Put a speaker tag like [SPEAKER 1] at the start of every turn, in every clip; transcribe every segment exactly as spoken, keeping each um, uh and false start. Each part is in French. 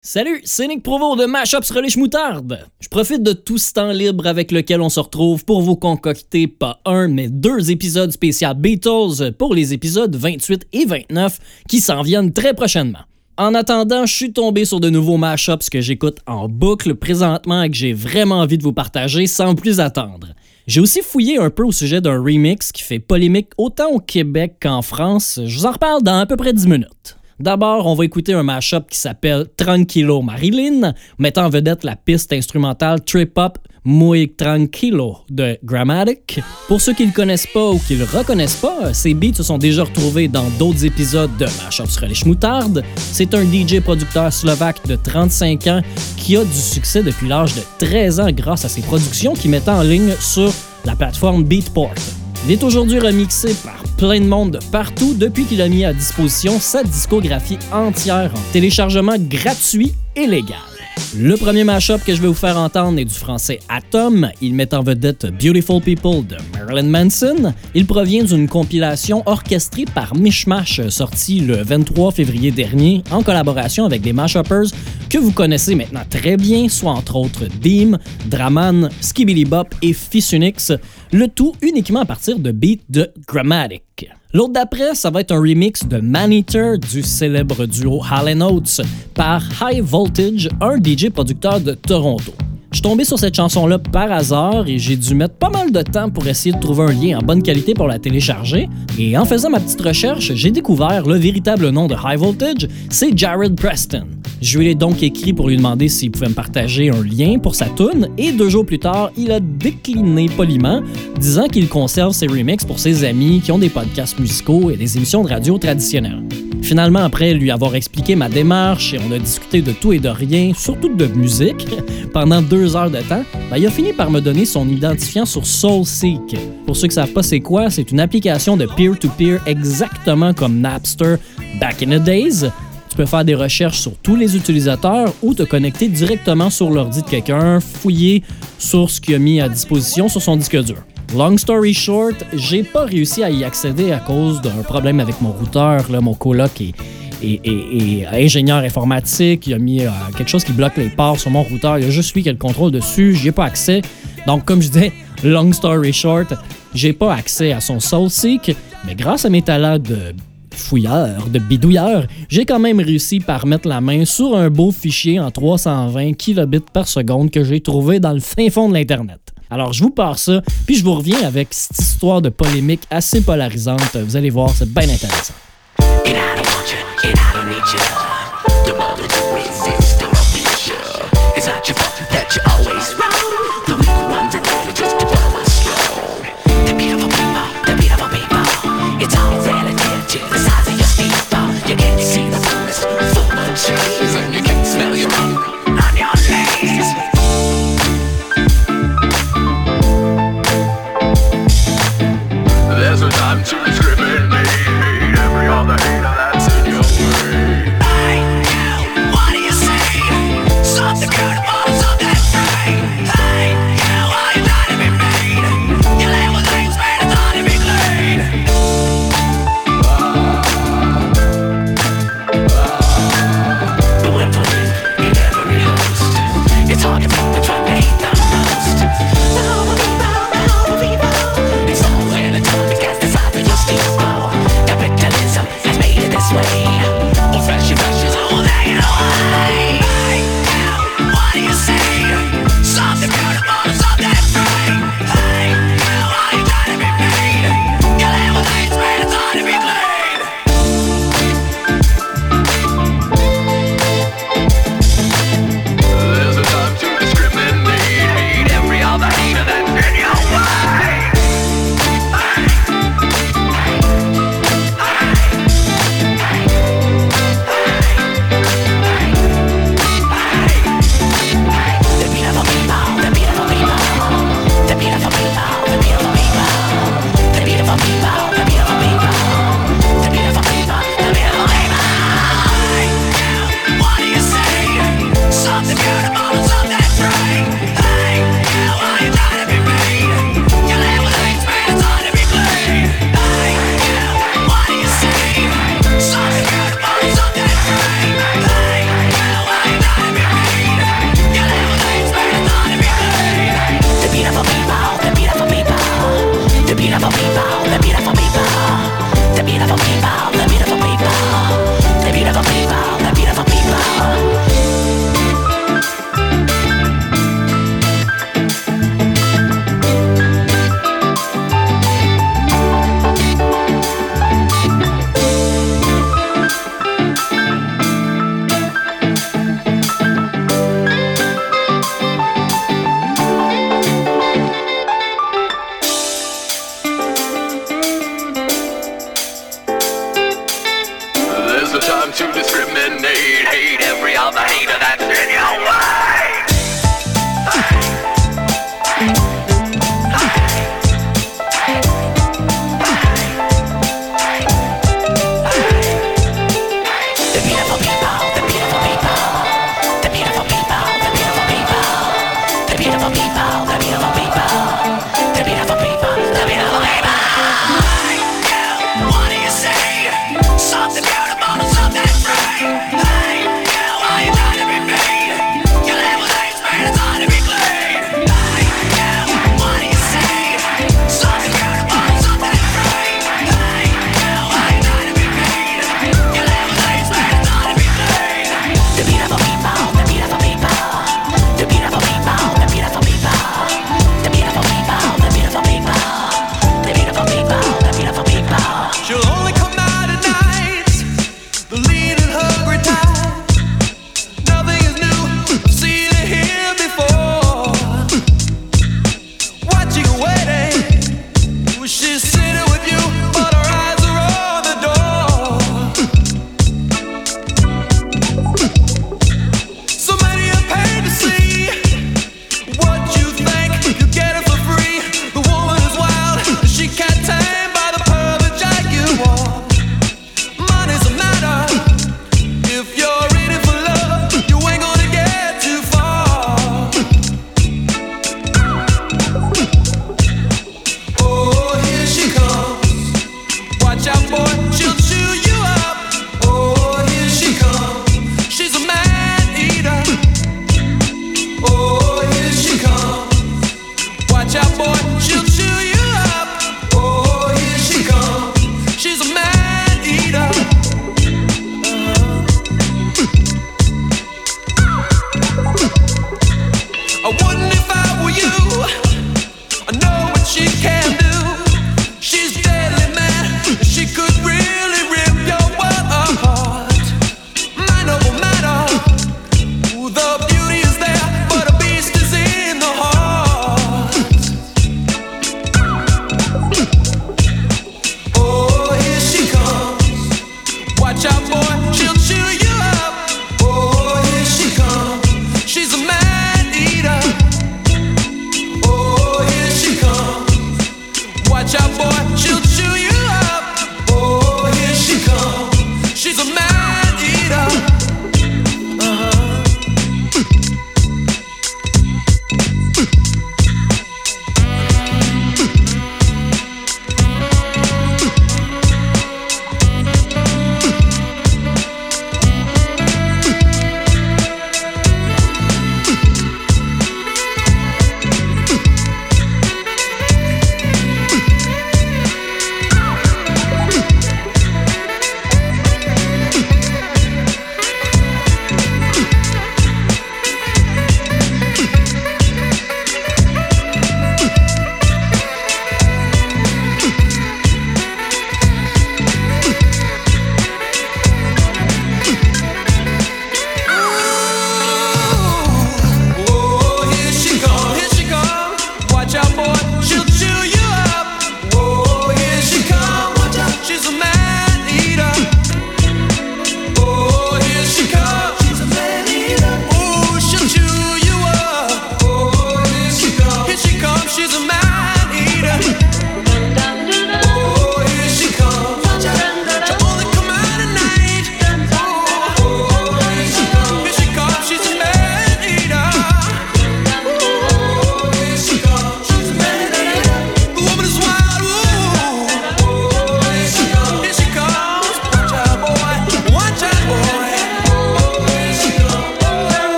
[SPEAKER 1] Salut, c'est Nick Provo de Mashup sur les Schmoutardes. Je profite de tout ce temps libre avec lequel on se retrouve pour vous concocter pas un, mais deux épisodes spéciaux Beatles pour les épisodes vingt-huit et vingt-neuf qui s'en viennent très prochainement. En attendant, je suis tombé sur de nouveaux mashups que j'écoute en boucle présentement et que j'ai vraiment envie de vous partager sans plus attendre. J'ai aussi fouillé un peu au sujet d'un remix qui fait polémique autant au Québec qu'en France. Je vous en reparle dans à peu près dix minutes. D'abord, on va écouter un mashup qui s'appelle Tranquilo Marilyn, mettant en vedette la piste instrumentale Trip Up Muy Tranquilo de Grammatic. Pour ceux qui ne le connaissent pas ou qui le reconnaissent pas, ces beats se sont déjà retrouvés dans d'autres épisodes de Mashup sur les Schmoutardes. C'est un D J producteur slovaque de trente-cinq ans qui a du succès depuis l'âge de treize ans grâce à ses productions qu'il met en ligne sur la plateforme Beatport. Il est aujourd'hui remixé par plein de monde de partout depuis qu'il a mis à disposition sa discographie entière en téléchargement gratuit et légal. Le premier mashup que je vais vous faire entendre est du français Atom. Il met en vedette Beautiful People de Marilyn Manson. Il provient d'une compilation orchestrée par Mishmash sortie le vingt-trois février dernier en collaboration avec des mashuppers que vous connaissez maintenant très bien, soit entre autres Deem, Draman, Skibidi Bop et Fisunix, le tout uniquement à partir de beats de Grammatic. L'autre d'après, ça va être un remix de Maneater du célèbre duo Hall and Oates par High Voltage, un D J producteur de Toronto. Je suis tombé sur cette chanson-là par hasard et j'ai dû mettre pas mal de temps pour essayer de trouver un lien en bonne qualité pour la télécharger. Et en faisant ma petite recherche, j'ai découvert le véritable nom de High Voltage, c'est Jared Preston. Je lui ai donc écrit pour lui demander s'il pouvait me partager un lien pour sa tune et deux jours plus tard, il a décliné poliment, disant qu'il conserve ses remixes pour ses amis qui ont des podcasts musicaux et des émissions de radio traditionnelles. Finalement, après lui avoir expliqué ma démarche et on a discuté de tout et de rien, surtout de musique, pendant deux heures de temps, ben, il a fini par me donner son identifiant sur SoulSeek. Pour ceux qui ne savent pas c'est quoi, c'est une application de peer-to-peer exactement comme Napster back in the days. Tu peux faire des recherches sur tous les utilisateurs ou te connecter directement sur l'ordi de quelqu'un, fouiller sur ce qu'il a mis à disposition sur son disque dur. Long story short, j'ai pas réussi à y accéder à cause d'un problème avec mon routeur. Là, mon coloc est, est, est, est ingénieur informatique. Il a mis euh, quelque chose qui bloque les ports sur mon routeur. Il y a juste lui qui a le contrôle dessus. J'y ai pas accès. Donc, comme je disais, long story short, j'ai pas accès à son SoulSeek. Mais grâce à mes talents de fouilleur, de bidouilleur, j'ai quand même réussi par mettre la main sur un beau fichier en trois cent vingt kilobits par seconde que j'ai trouvé dans le fin fond de l'Internet. Alors, je vous pars ça, puis je vous reviens avec cette histoire de polémique assez polarisante. Vous allez voir, c'est bien intéressant.
[SPEAKER 2] Something good about it, something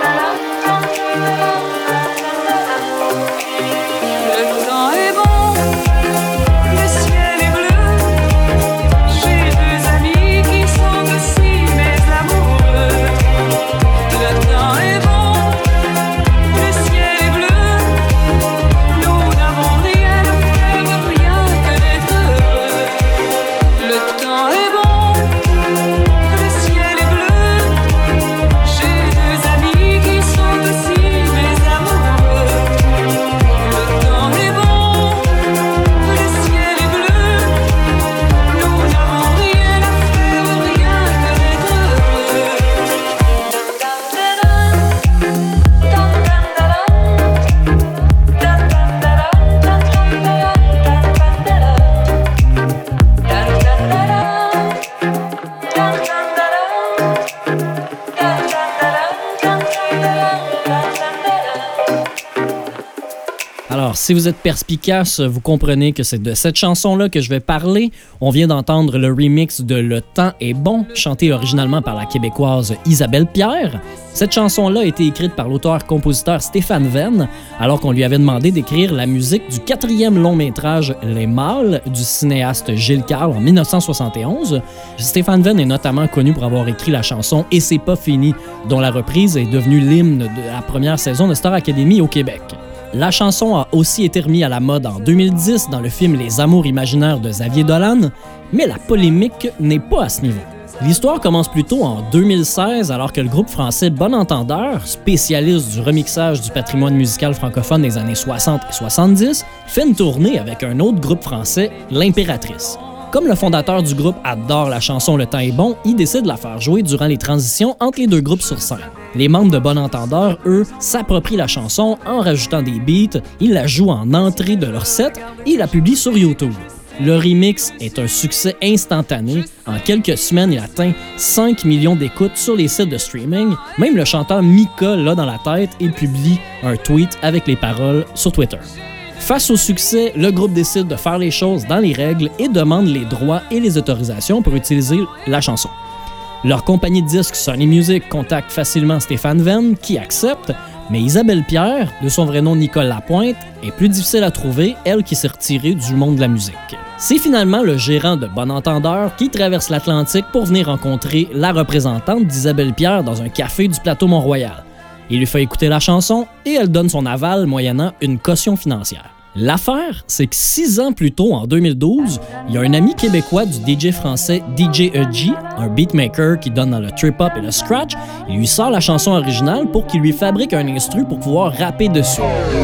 [SPEAKER 1] Alors, si vous êtes perspicace, vous comprenez que c'est de cette chanson-là que je vais parler. On vient d'entendre le remix de Le temps est bon, chanté originalement par la Québécoise Isabelle Pierre. Cette chanson-là a été écrite par l'auteur-compositeur Stéphane Venn, alors qu'on lui avait demandé d'écrire la musique du quatrième long-métrage Les Mâles du cinéaste Gilles Carle en dix-neuf cent soixante et onze. Stéphane Venn est notamment connu pour avoir écrit la chanson Et c'est pas fini, dont la reprise est devenue l'hymne de la première saison de Star Academy au Québec. La chanson a aussi été remise à la mode en deux mille dix dans le film Les Amours imaginaires de Xavier Dolan, mais la polémique n'est pas à ce niveau. L'histoire commence plutôt en deux mille seize alors que le groupe français Bon Entendeur, spécialiste du remixage du patrimoine musical francophone des années soixante et soixante-dix, fait une tournée avec un autre groupe français, l'Impératrice. Comme le fondateur du groupe adore la chanson Le temps est bon, il décide de la faire jouer durant les transitions entre les deux groupes sur scène. Les membres de Bon Entendeur, eux, s'approprient la chanson en rajoutant des beats, ils la jouent en entrée de leur set et la publient sur YouTube. Le remix est un succès instantané. En quelques semaines, il atteint cinq millions d'écoutes sur les sites de streaming. Même le chanteur Mika l'a dans la tête et publie un tweet avec les paroles sur Twitter. Face au succès, le groupe décide de faire les choses dans les règles et demande les droits et les autorisations pour utiliser la chanson. Leur compagnie de disques Sony Music contacte facilement Stéphane Venn, qui accepte, mais Isabelle Pierre, de son vrai nom Nicole Lapointe, est plus difficile à trouver, elle qui s'est retirée du monde de la musique. C'est finalement le gérant de Bon Entendeur qui traverse l'Atlantique pour venir rencontrer la représentante d'Isabelle Pierre dans un café du plateau Mont-Royal. Il lui fait écouter la chanson et elle donne son aval moyennant une caution financière. L'affaire, c'est que six ans plus tôt, en deux mille douze, il y a un ami québécois du D J français D J E G, un beatmaker qui donne dans le trip-hop et le scratch, il lui sort la chanson originale pour qu'il lui fabrique un instru pour pouvoir rapper dessus.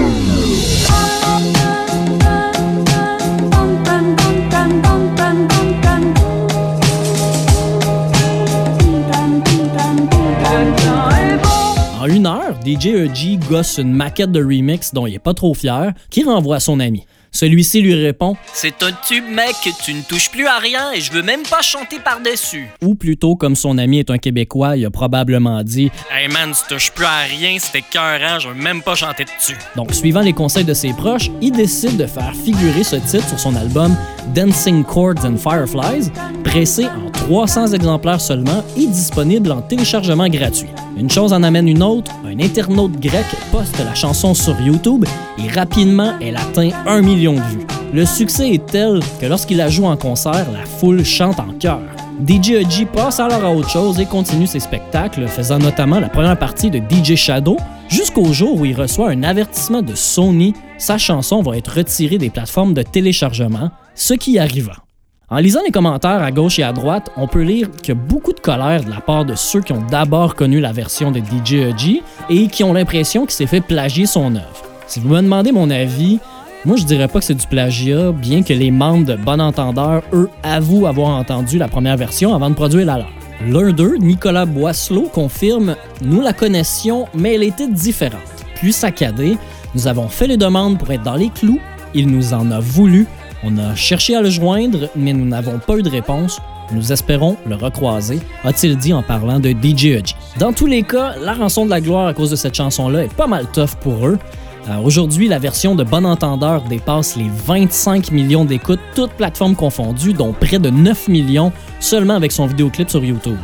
[SPEAKER 1] En une heure, D J E G gosse une maquette de remix dont il est pas trop fier, qui renvoie à son ami. Celui-ci lui répond « C'est un tube, mec, tu ne touches plus à rien et je veux même pas chanter par-dessus. » Ou plutôt, comme son ami est un Québécois, il a probablement dit « Hey man, tu touches plus à rien, c'était écœurant, je veux même pas chanter dessus. » Donc, suivant les conseils de ses proches, il décide de faire figurer ce titre sur son album Dancing Chords and Fireflies, pressé en trois cents exemplaires seulement et disponible en téléchargement gratuit. Une chose en amène une autre, un internaute grec poste la chanson sur YouTube et rapidement, elle atteint un million de vues. Le succès est tel que lorsqu'il la joue en concert, la foule chante en chœur. D J E G passe alors à autre chose et continue ses spectacles, faisant notamment la première partie de D J Shadow, jusqu'au jour où il reçoit un avertissement de Sony, sa chanson va être retirée des plateformes de téléchargement, ce qui arriva. En lisant les commentaires à gauche et à droite, on peut lire qu'il y a beaucoup de colère de la part de ceux qui ont d'abord connu la version de D J E G et qui ont l'impression qu'il s'est fait plagier son œuvre. Si vous me demandez mon avis, moi je dirais pas que c'est du plagiat, bien que les membres de Bon Entendeur, eux, avouent avoir entendu la première version avant de produire la leur. L'un d'eux, Nicolas Boisselot, confirme « Nous la connaissions, mais elle était différente. Plus saccadée, nous avons fait les demandes pour être dans les clous, il nous en a voulu. On a cherché à le joindre, mais nous n'avons pas eu de réponse. Nous espérons le recroiser, a-t-il dit en parlant de D J E G. Dans tous les cas, la rançon de la gloire à cause de cette chanson-là est pas mal tough pour eux. Euh, aujourd'hui, la version de Bon Entendeur dépasse les vingt-cinq millions d'écoutes, toutes plateformes confondues, dont près de neuf millions seulement avec son vidéoclip sur YouTube.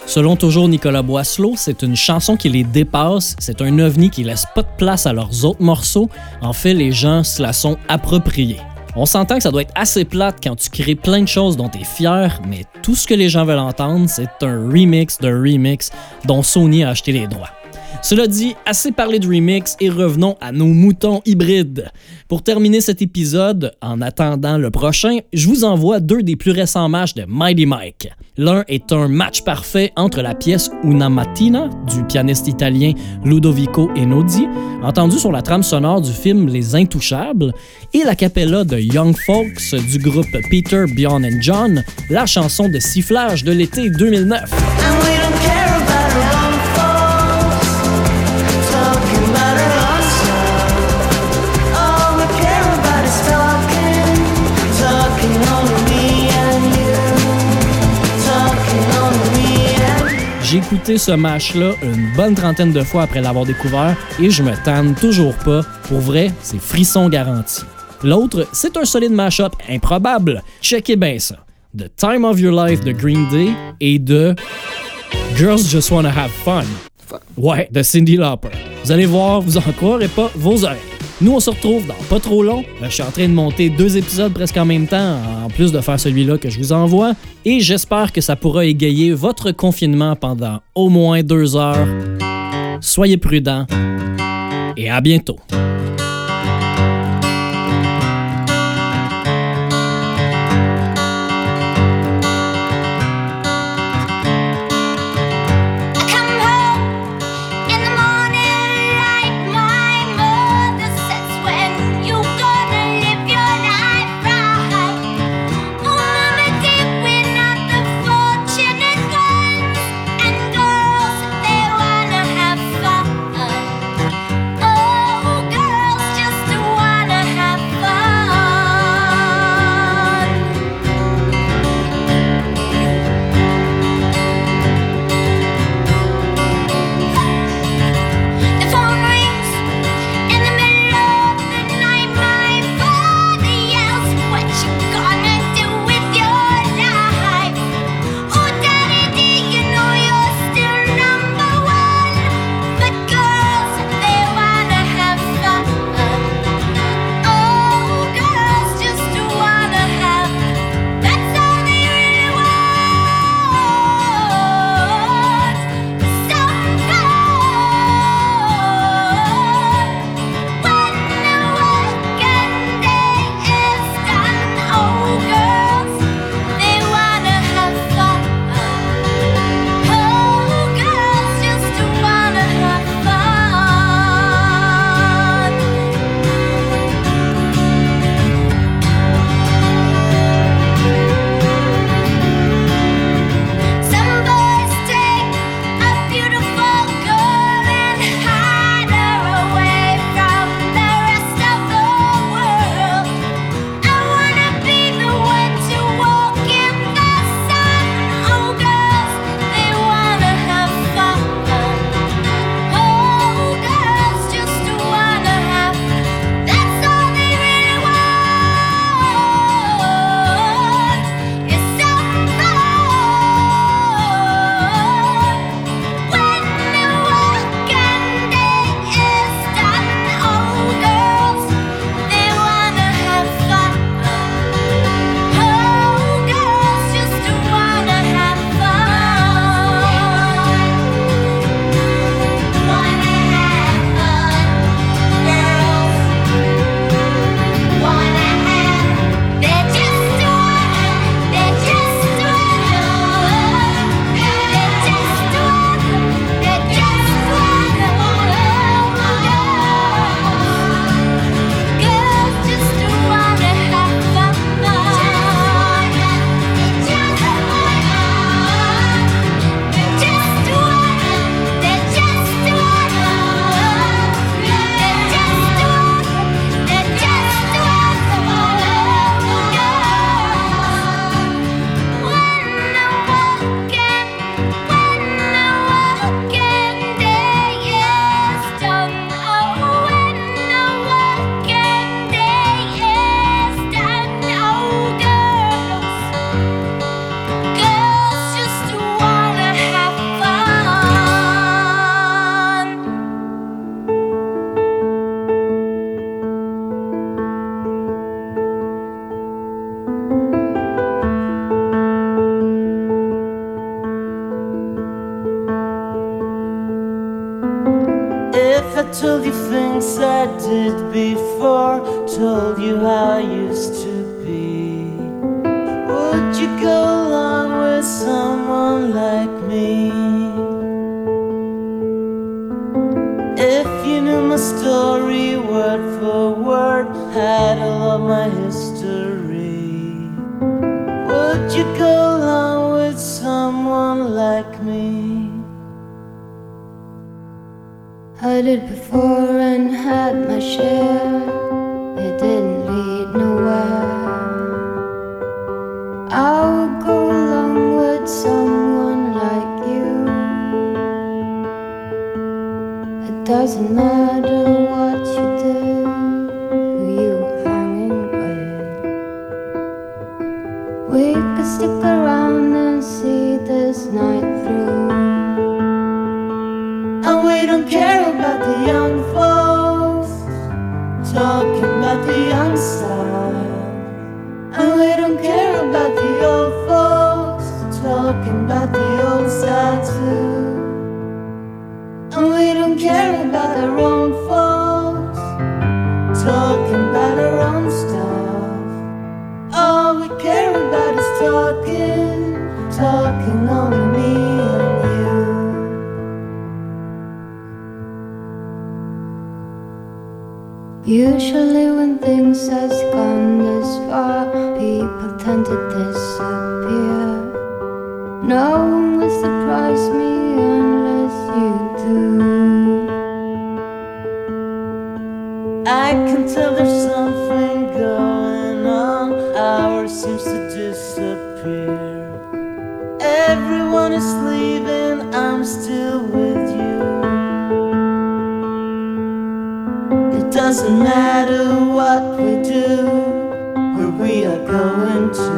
[SPEAKER 1] Selon toujours Nicolas Boisselot, c'est une chanson qui les dépasse, c'est un ovni qui laisse pas de place à leurs autres morceaux. En fait, les gens se la sont appropriés. On s'entend que ça doit être assez plate quand tu crées plein de choses dont tu es fier, mais tout ce que les gens veulent entendre, c'est un remix de remix dont Sony a acheté les droits. Cela dit, assez parlé de remix et revenons à nos moutons hybrides. Pour terminer cet épisode, en attendant le prochain, je vous envoie deux des plus récents matchs de Mighty Mike. L'un est un match parfait entre la pièce Una Mattina du pianiste italien Ludovico Einaudi, entendu sur la trame sonore du film Les Intouchables, et la cappella de Young Folks du groupe Peter, Bjorn and John, la chanson de sifflage de l'été deux mille neuf. J'ai écouté ce match-là une bonne trentaine de fois après l'avoir découvert et je me tanne toujours pas. Pour vrai, c'est frisson garanti. L'autre, c'est un solide mash-up improbable. Checkez bien ça. The Time of Your Life de Green Day et de Girls Just Wanna Have Fun. Ouais, de Cyndi Lauper. Vous allez voir, vous en croirez pas vos oreilles. Nous, on se retrouve dans pas trop long. Je suis en train de monter deux épisodes presque en même temps, en plus de faire celui-là que je vous envoie. Et j'espère que ça pourra égayer votre confinement pendant au moins deux heures. Soyez prudents et à bientôt.
[SPEAKER 2] Oh, God. If I told you things I did before, told you how I used to be, would you go along with someone like me? If you knew my story word for word, had all of my history, would you go along with someone like me?
[SPEAKER 3] I did before and had my share. It didn't lead nowhere. I would go along with someone like you. It doesn't matter what you did, who you were hanging with. We could stick around and see this night through.
[SPEAKER 2] And we don't care about the young folks talking about the young style. And we don't care about the old folks talking about the old style too. And we don't care about our own folks talking about our own stuff. All we care about is talking, talking only me and you.
[SPEAKER 3] Usually when things has gone this far, people tend to disappear. No one will surprise me unless you do.
[SPEAKER 2] I can tell there's something going on. Ours seems to disappear. Everyone is leaving, I'm still with you. It doesn't matter what we do, where we are going to.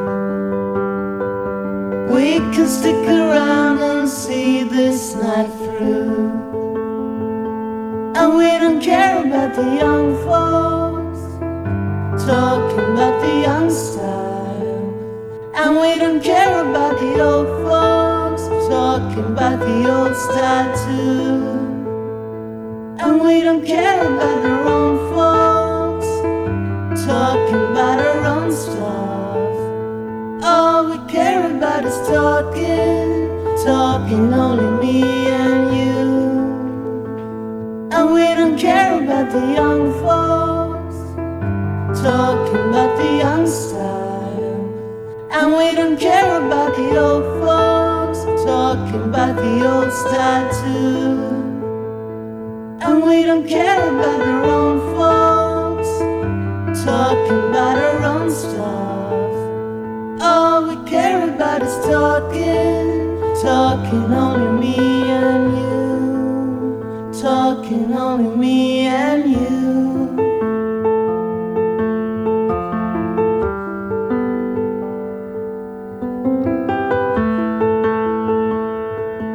[SPEAKER 2] We can stick around and see this night through. And we don't care about the young folks talking about the young style. And we don't care about the old folks talking about the old style too. And we don't care about our own folks talking about our own stuff. All we care about is talking, talking only me and you. And we don't care about the young folks talking about the young style. And we don't care about the old folks talking about the old style too. And we don't care about our own folks talking about our own stuff. All we care about is talking, talking only me and you. Talking only me and you.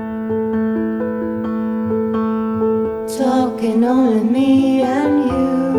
[SPEAKER 2] Talking only me and you.